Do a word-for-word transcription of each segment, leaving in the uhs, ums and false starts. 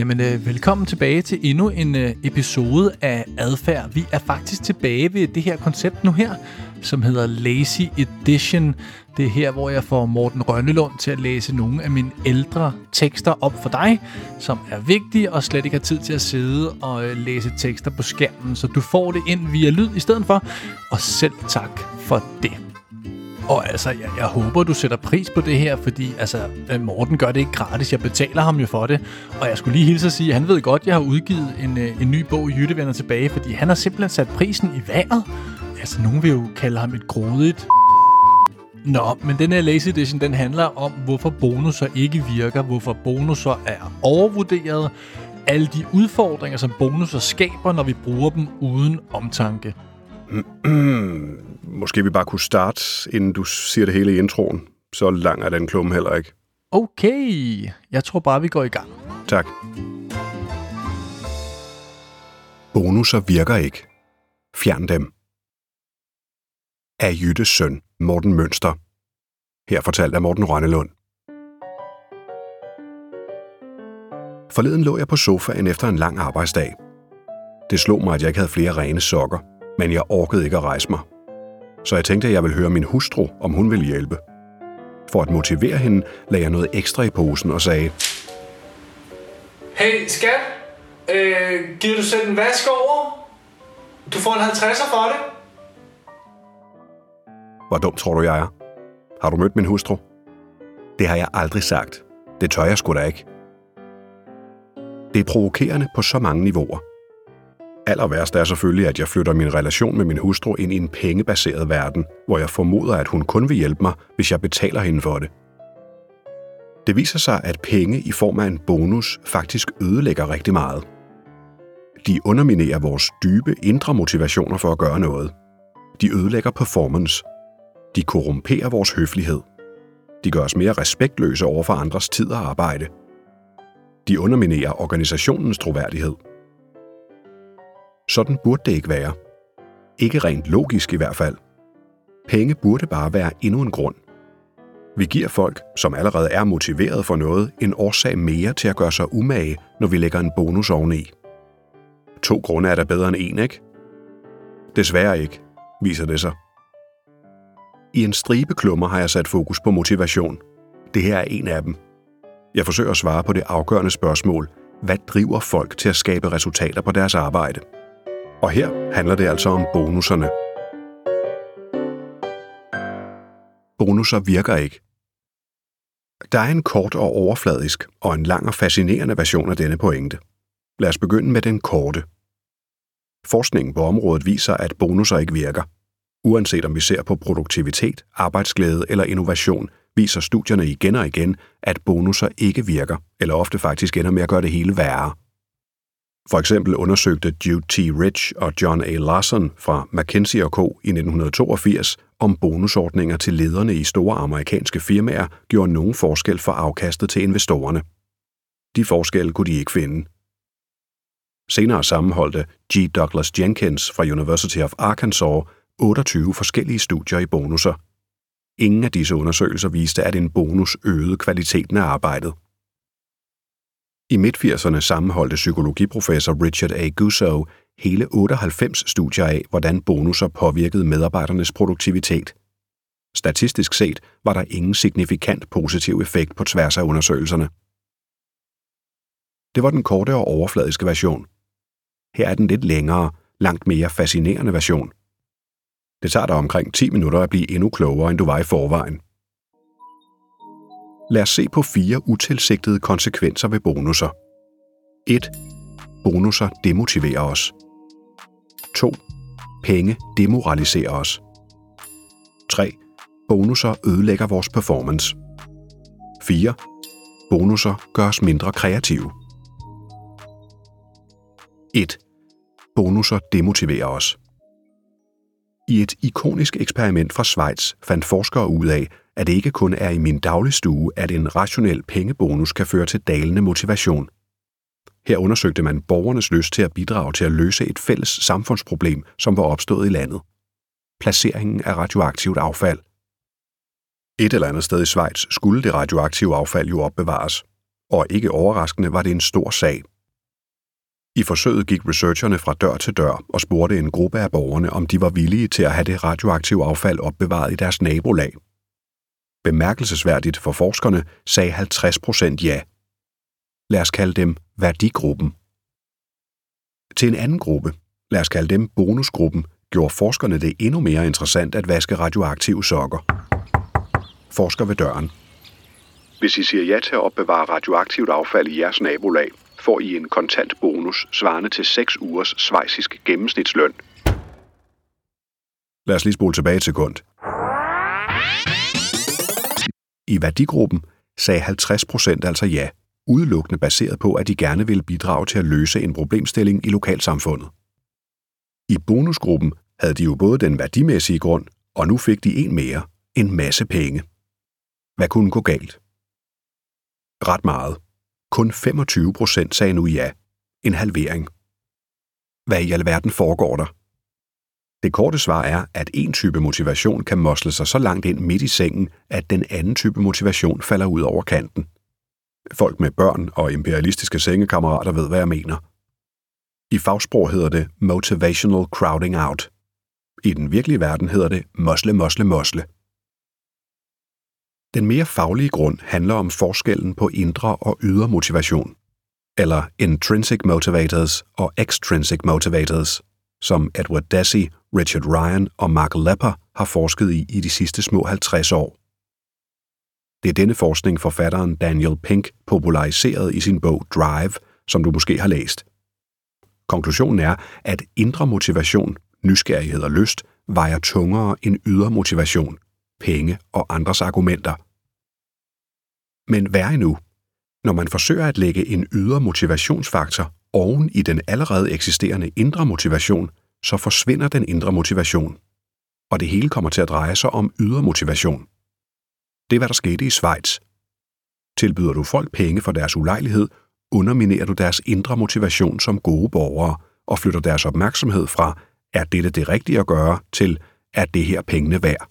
Jamen, øh, velkommen tilbage til endnu en øh, episode af Adfærd. Vi er faktisk tilbage ved det her koncept nu her, som hedder Lazy Edition. Det er her, hvor jeg får Morten Rønnelund til at læse nogle af mine ældre tekster op for dig, som er vigtige og slet ikke har tid til at sidde og øh, læse tekster på skærmen. Så du får det ind via lyd i stedet for, og selv tak for det. Og altså, jeg, jeg håber, du sætter pris på det her, fordi altså, Morten gør det ikke gratis. Jeg betaler ham jo for det. Og jeg skulle lige hilse at sige, at han ved godt, at jeg har udgivet en, en ny bog, Jytte vender tilbage, fordi han har simpelthen sat prisen i vejret. Altså, nogen vil jo kalde ham et grådigt. Nå, men den her Lazy Edition, den handler om, hvorfor bonusser ikke virker, hvorfor bonusser er overvurderet, alle de udfordringer, som bonusser skaber, når vi bruger dem uden omtanke. Måske vi bare kunne starte, inden du siger det hele i introen. Så lang er den klumme heller ikke. Okay, jeg tror bare, vi går i gang. Tak. Bonusser virker ikke. Fjern dem. Af Jyttes søn, Morten Mønster. Her fortalt af Morten Rønnelund. Forleden lå jeg på sofaen efter en lang arbejdsdag. Det slog mig, at jeg ikke havde flere rene sokker, men jeg orkede ikke at rejse mig. Så jeg tænkte, at jeg ville høre min hustru, om hun ville hjælpe. For at motivere hende, lagde jeg noget ekstra i posen og sagde: Hey, skat, øh, giver du selv en vask over? Du får en halvtredser for det. Hvor dum tror du, jeg er? Har du mødt min hustru? Det har jeg aldrig sagt. Det tør jeg sgu da ikke. Det er provokerende på så mange niveauer. Aller værst er selvfølgelig, at jeg flytter min relation med min hustru ind i en pengebaseret verden, hvor jeg formoder, at hun kun vil hjælpe mig, hvis jeg betaler hende for det. Det viser sig, at penge i form af en bonus faktisk ødelægger rigtig meget. De underminerer vores dybe indre motivationer for at gøre noget. De ødelægger performance. De korrumperer vores høflighed. De gør os mere respektløse over for andres tid og arbejde. De underminerer organisationens troværdighed. Sådan burde det ikke være. Ikke rent logisk i hvert fald. Penge burde bare være endnu en grund. Vi giver folk, som allerede er motiveret for noget, en årsag mere til at gøre sig umage, når vi lægger en bonus oveni. To grunde er der bedre end en, ikke? Desværre ikke, viser det sig. I en stribe klummer har jeg sat fokus på motivation. Det her er en af dem. Jeg forsøger at svare på det afgørende spørgsmål: hvad driver folk til at skabe resultater på deres arbejde? Og her handler det altså om bonusserne. Bonusser virker ikke. Der er en kort og overfladisk og en lang og fascinerende version af denne pointe. Lad os begynde med den korte. Forskningen på området viser, at bonusser ikke virker. Uanset om vi ser på produktivitet, arbejdsglæde eller innovation, viser studierne igen og igen, at bonusser ikke virker, eller ofte faktisk ender med at gøre det hele værre. For eksempel undersøgte Jude T. Rich og John A. Larson fra McKinsey og Co. i nitten toogfirs, om bonusordninger til lederne i store amerikanske firmaer gjorde nogen forskel for afkastet til investorerne. De forskelle kunne de ikke finde. Senere sammenholdte G. Douglas Jenkins fra University of Arkansas otteogtyve forskellige studier i bonusser. Ingen af disse undersøgelser viste, at en bonus øgede kvaliteten af arbejdet. I midt-firserne sammenholdte psykologiprofessor Richard A. Guzzo hele otteoghalvfems studier af, hvordan bonusser påvirkede medarbejdernes produktivitet. Statistisk set var der ingen signifikant positiv effekt på tværs af undersøgelserne. Det var den korte og overfladiske version. Her er den lidt længere, langt mere fascinerende version. Det tager dig omkring ti minutter at blive endnu klogere, end du var i forvejen. Lad os se på fire utilsigtede konsekvenser ved bonusser. et. Bonusser demotiverer os. to. Penge demoraliserer os. tre. Bonusser ødelægger vores performance. fire. Bonusser gør os mindre kreative. et. Bonusser demotiverer os. I et ikonisk eksperiment fra Schweiz fandt forskere ud af, at det ikke kun er i min dagligstue, at en rationel pengebonus kan føre til dalende motivation. Her undersøgte man borgernes lyst til at bidrage til at løse et fælles samfundsproblem, som var opstået i landet. Placeringen af radioaktivt affald. Et eller andet sted i Schweiz skulle det radioaktive affald jo opbevares. Og ikke overraskende var det en stor sag, I forsøget gik researcherne fra dør til dør og spurgte en gruppe af borgerne, om de var villige til at have det radioaktive affald opbevaret i deres nabolag. Bemærkelsesværdigt for forskerne sagde halvtreds procent ja. Lad os kalde dem værdigruppen. Til en anden gruppe, lad os kalde dem bonusgruppen, gjorde forskerne det endnu mere interessant at vaske radioaktive sokker. Forsker ved døren. Hvis I siger ja til at opbevare radioaktivt affald i jeres nabolag, får I en kontant bonus svarende til seks ugers schweizisk gennemsnitsløn. Lad os lige spole tilbage et sekund. I værdigruppen sagde halvtreds procent altså ja, udelukkende baseret på, at de gerne ville bidrage til at løse en problemstilling i lokalsamfundet. I bonusgruppen havde de jo både den værdimæssige grund, og nu fik de en mere, en masse penge. Hvad kunne gå galt? Ret meget. Kun femogtyve procent sagde nu ja. En halvering. Hvad i alverden foregår der? Det korte svar er, at en type motivation kan mosle sig så langt ind midt i sengen, at den anden type motivation falder ud over kanten. Folk med børn og imperialistiske sengekammerater ved, hvad jeg mener. I fagsprog hedder det motivational crowding out. I den virkelige verden hedder det mosle, mosle, mosle. Den mere faglige grund handler om forskellen på indre og ydre motivation, eller intrinsic motivators og extrinsic motivators, som Edward Deci, Richard Ryan og Mark Lepper har forsket i i de sidste små halvtreds år. Det er denne forskning, forfatteren Daniel Pink populariserede i sin bog Drive, som du måske har læst. Konklusionen er, at indre motivation, nysgerrighed og lyst, vejer tungere end ydre motivation, penge og andres argumenter. Men værre endnu, når man forsøger at lægge en ydre motivationsfaktor oven i den allerede eksisterende indre motivation, så forsvinder den indre motivation, og det hele kommer til at dreje sig om ydre motivation. Det er, hvad der skete i Schweiz. Tilbyder du folk penge for deres ulejlighed, underminerer du deres indre motivation som gode borgere og flytter deres opmærksomhed fra, er dette det rigtige at gøre, til, er det her pengene værd.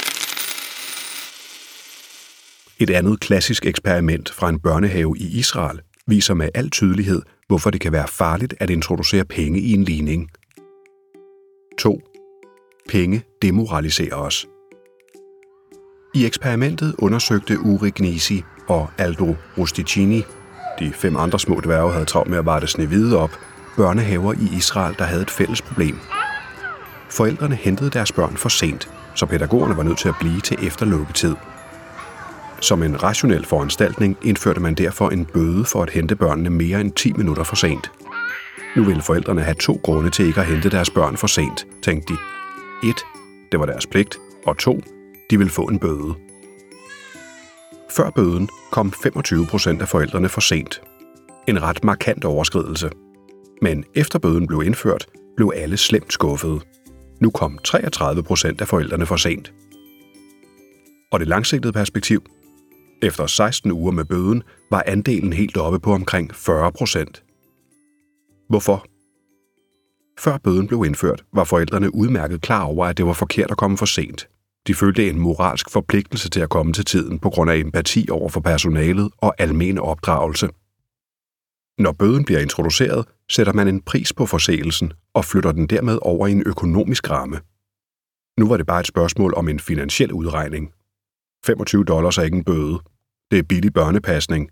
Et andet klassisk eksperiment fra en børnehave i Israel viser med al tydelighed, hvorfor det kan være farligt at introducere penge i en ligning. to. Penge demoraliserer os. I eksperimentet undersøgte Uri Gnisi og Aldo Rusticini, de fem andre små dværge havde travlt med at varte Snehvide op, børnehaver i Israel, der havde et fælles problem. Forældrene hentede deres børn for sent, så pædagogerne var nødt til at blive til efter lukketid. Som en rationel foranstaltning indførte man derfor en bøde for at hente børnene mere end ti minutter for sent. Nu ville forældrene have to grunde til ikke at hente deres børn for sent, tænkte de. et. Det var deres pligt, og to. De ville få en bøde. Før bøden kom femogtyve procent af forældrene for sent. En ret markant overskridelse. Men efter bøden blev indført, blev alle slemt skuffede. Nu kom treogtredive procent af forældrene for sent. Og det langsigtede perspektiv? Efter seksten uger med bøden var andelen helt oppe på omkring fyrre procent. Hvorfor? Før bøden blev indført, var forældrene udmærket klar over, at det var forkert at komme for sent. De følte en moralsk forpligtelse til at komme til tiden på grund af empati over for personalet og almen opdragelse. Når bøden bliver introduceret, sætter man en pris på forseelsen og flytter den dermed over i en økonomisk ramme. Nu var det bare et spørgsmål om en finansiel udregning. femogtyve dollars er ikke en bøde. Det er billig børnepasning.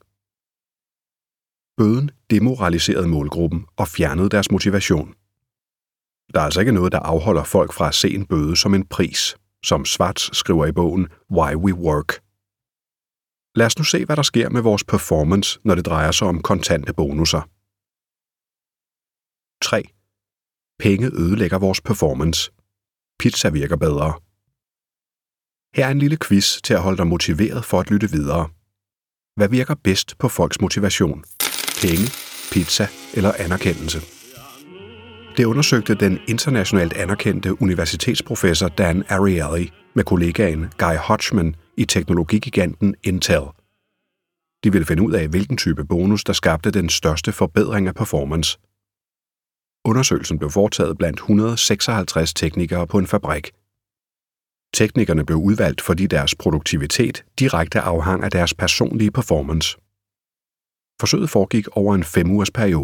Bøden demoraliserede målgruppen og fjernede deres motivation. Der er altså ikke noget, der afholder folk fra at se en bøde som en pris, som Schwartz skriver i bogen Why We Work. Lad os nu se, hvad der sker med vores performance, når det drejer sig om kontante bonusser. tre. Penge ødelægger vores performance. Pizza virker bedre. Her er en lille quiz til at holde dig motiveret for at lytte videre. Hvad virker bedst på folks motivation? Penge, pizza eller anerkendelse? Det undersøgte den internationalt anerkendte universitetsprofessor Dan Ariely med kollegaen Guy Hodgman i teknologigiganten Intel. De ville finde ud af, hvilken type bonus, der skabte den største forbedring af performance. Undersøgelsen blev foretaget blandt et hundrede og seksoghalvtreds teknikere på en fabrik. Teknikerne blev udvalgt, fordi deres produktivitet direkte afhang af deres personlige performance. Forsøget foregik over en fem ugers periode,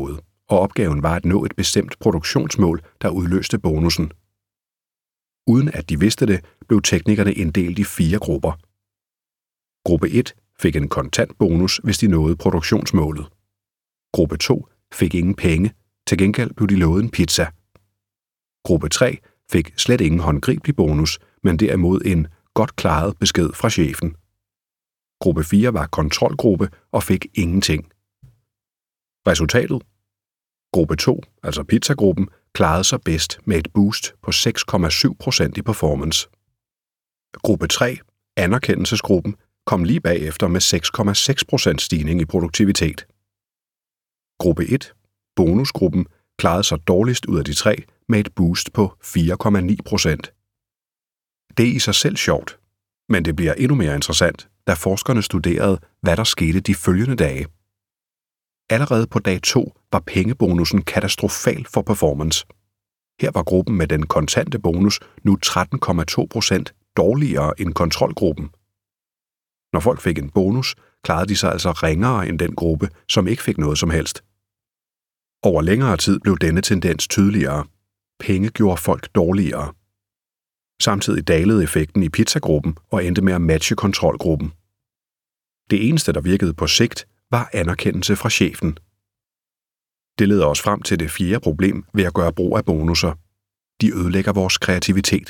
og opgaven var at nå et bestemt produktionsmål, der udløste bonussen. Uden at de vidste det, blev teknikerne inddelt i fire grupper. Gruppe et fik en kontant bonus, hvis de nåede produktionsmålet. Gruppe to fik ingen penge, til gengæld blev de lovet en pizza. Gruppe tre fik slet ingen håndgribelig bonus, men derimod en godt klaret besked fra chefen. Gruppe fire var kontrolgruppe og fik ingenting. Resultatet? Gruppe to, altså pizzagruppen, klarede sig bedst med et boost på seks komma syv procent i performance. Gruppe tre, anerkendelsesgruppen, kom lige bagefter med seks komma seks procent stigning i produktivitet. Gruppe et, bonusgruppen, klarede sig dårligst ud af de tre med et boost på fire komma ni procent. Det er i sig selv sjovt, men det bliver endnu mere interessant, da forskerne studerede, hvad der skete de følgende dage. Allerede på dag to var pengebonussen katastrofal for performance. Her var gruppen med den kontante bonus nu tretten komma to procent dårligere end kontrolgruppen. Når folk fik en bonus, klarede de sig altså ringere end den gruppe, som ikke fik noget som helst. Over længere tid blev denne tendens tydeligere. Penge gjorde folk dårligere. Samtidig dalede effekten i pizzagruppen og endte med at matche kontrolgruppen. Det eneste, der virkede på sigt, var anerkendelse fra chefen. Det leder os frem til det fjerde problem ved at gøre brug af bonusser. De ødelægger vores kreativitet.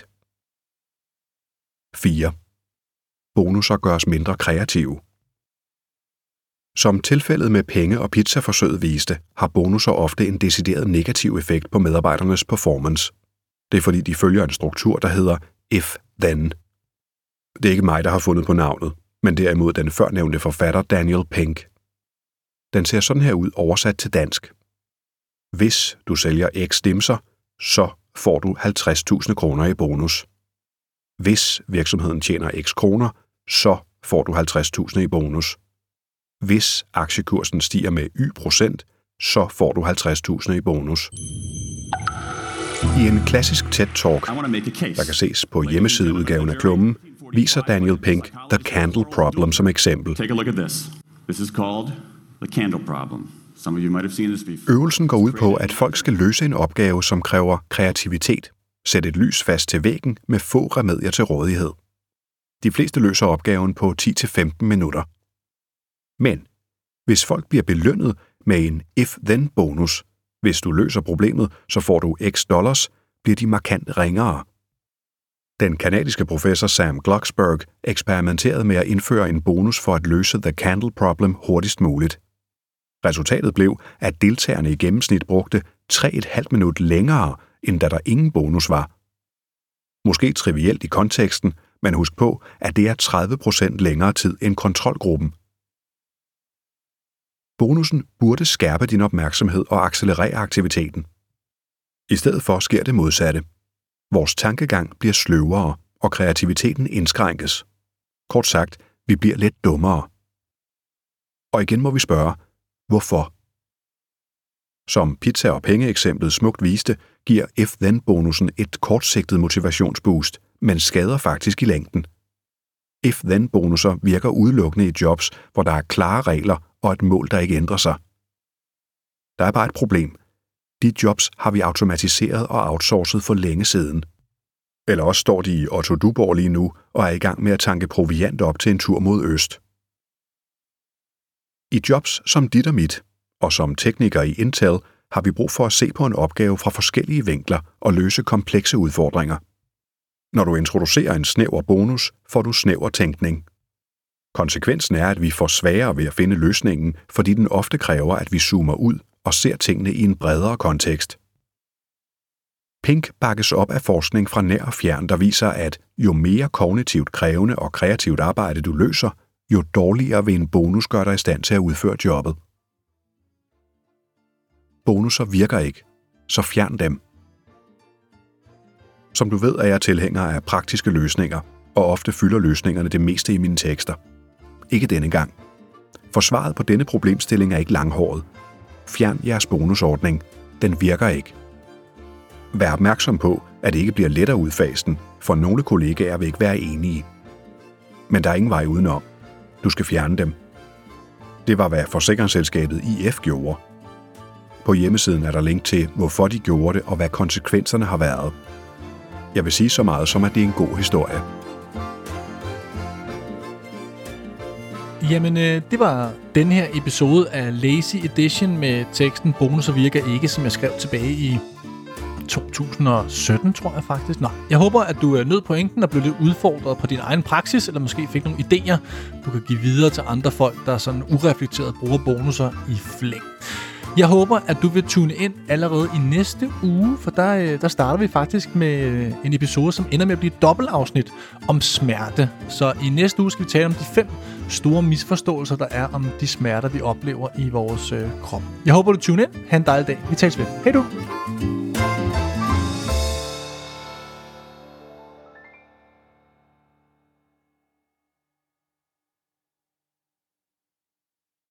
fire. Bonusser gør os mindre kreative. Som tilfældet med penge- og pizzaforsøget viste, har bonusser ofte en decideret negativ effekt på medarbejdernes performance. Det er fordi, de følger en struktur, der hedder if-then. Det er ikke mig, der har fundet på navnet, men derimod den førnævnte forfatter Daniel Pink. Den ser sådan her ud oversat til dansk. Hvis du sælger x dimser, så får du halvtreds tusind kroner i bonus. Hvis virksomheden tjener x kroner, så får du halvtreds tusind i bonus. Hvis aktiekursen stiger med y procent, så får du halvtreds tusind i bonus. I en klassisk TED-talk, der kan ses på hjemmesideudgaven af klummen, viser Daniel Pink The Candle Problem som eksempel. Take a look at this. This is called the candle problem. Some of you might have seen this before. Øvelsen går ud på, at folk skal løse en opgave, som kræver kreativitet. Sæt et lys fast til væggen med få remedier til rådighed. De fleste løser opgaven på ti til femten minutter. Men hvis folk bliver belønnet med en if-then-bonus, hvis du løser problemet, så får du x dollars, bliver de markant ringere. Den kanadiske professor Sam Glucksberg eksperimenterede med at indføre en bonus for at løse the candle problem hurtigst muligt. Resultatet blev, at deltagerne i gennemsnit brugte tre komma fem minut længere, end da der ingen bonus var. Måske trivielt i konteksten, men husk på, at det er tredive procent længere tid end kontrolgruppen. Bonussen burde skærpe din opmærksomhed og accelerere aktiviteten. I stedet for sker det modsatte. Vores tankegang bliver sløvere, og kreativiteten indskrænkes. Kort sagt, vi bliver lidt dummere. Og igen må vi spørge, hvorfor? Som pizza- og pengeeksemplet smukt viste, giver if-then-bonussen et kortsigtet motivationsboost, men skader faktisk i længden. If-then-bonusser virker udelukkende i jobs, hvor der er klare regler og et mål, der ikke ændrer sig. Der er bare et problem. De jobs har vi automatiseret og outsourcet for længe siden. Eller også står de i Otto Duborg lige nu og er i gang med at tanke proviant op til en tur mod øst. I jobs som dit og mit, og som tekniker i Intel, har vi brug for at se på en opgave fra forskellige vinkler og løse komplekse udfordringer. Når du introducerer en snæver bonus, får du snæver tænkning. Konsekvensen er, at vi får sværere ved at finde løsningen, fordi den ofte kræver, at vi zoomer ud og ser tingene i en bredere kontekst. Pink bakkes op af forskning fra nær og fjern, der viser, at jo mere kognitivt krævende og kreativt arbejde du løser, jo dårligere vil en bonus gøre dig i stand til at udføre jobbet. Bonusser virker ikke, så fjern dem. Som du ved, er jeg tilhænger af praktiske løsninger, og ofte fylder løsningerne det meste i mine tekster. Ikke denne gang. For svaret på denne problemstilling er ikke langhåret. Fjern jeres bonusordning. Den virker ikke. Vær opmærksom på, at det ikke bliver let at udfase den, for nogle kollegaer vil ikke være enige. Men der er ingen vej udenom. Du skal fjerne dem. Det var, hvad forsikringsselskabet I F gjorde. På hjemmesiden er der link til, hvorfor de gjorde det og hvad konsekvenserne har været. Jeg vil sige så meget som, at det er en god historie. Jamen, øh, det var den her episode af Lazy Edition med teksten Bonusser virker ikke, som jeg skrev tilbage i to tusind og sytten, tror jeg faktisk. Nå, jeg håber, at du nød pointen og blev lidt udfordret på din egen praksis, eller måske fik nogle idéer, du kan give videre til andre folk, der sådan ureflekteret bruger bonusser i flæng. Jeg håber, at du vil tune ind allerede i næste uge, for der, der starter vi faktisk med en episode, som ender med at blive et dobbeltafsnit om smerte. Så i næste uge skal vi tale om de fem store misforståelser, der er om de smerter, vi oplever i vores øh, krop. Jeg håber, du tuner ind. Ha' en dejlig dag. Vi tales ved. Hej du!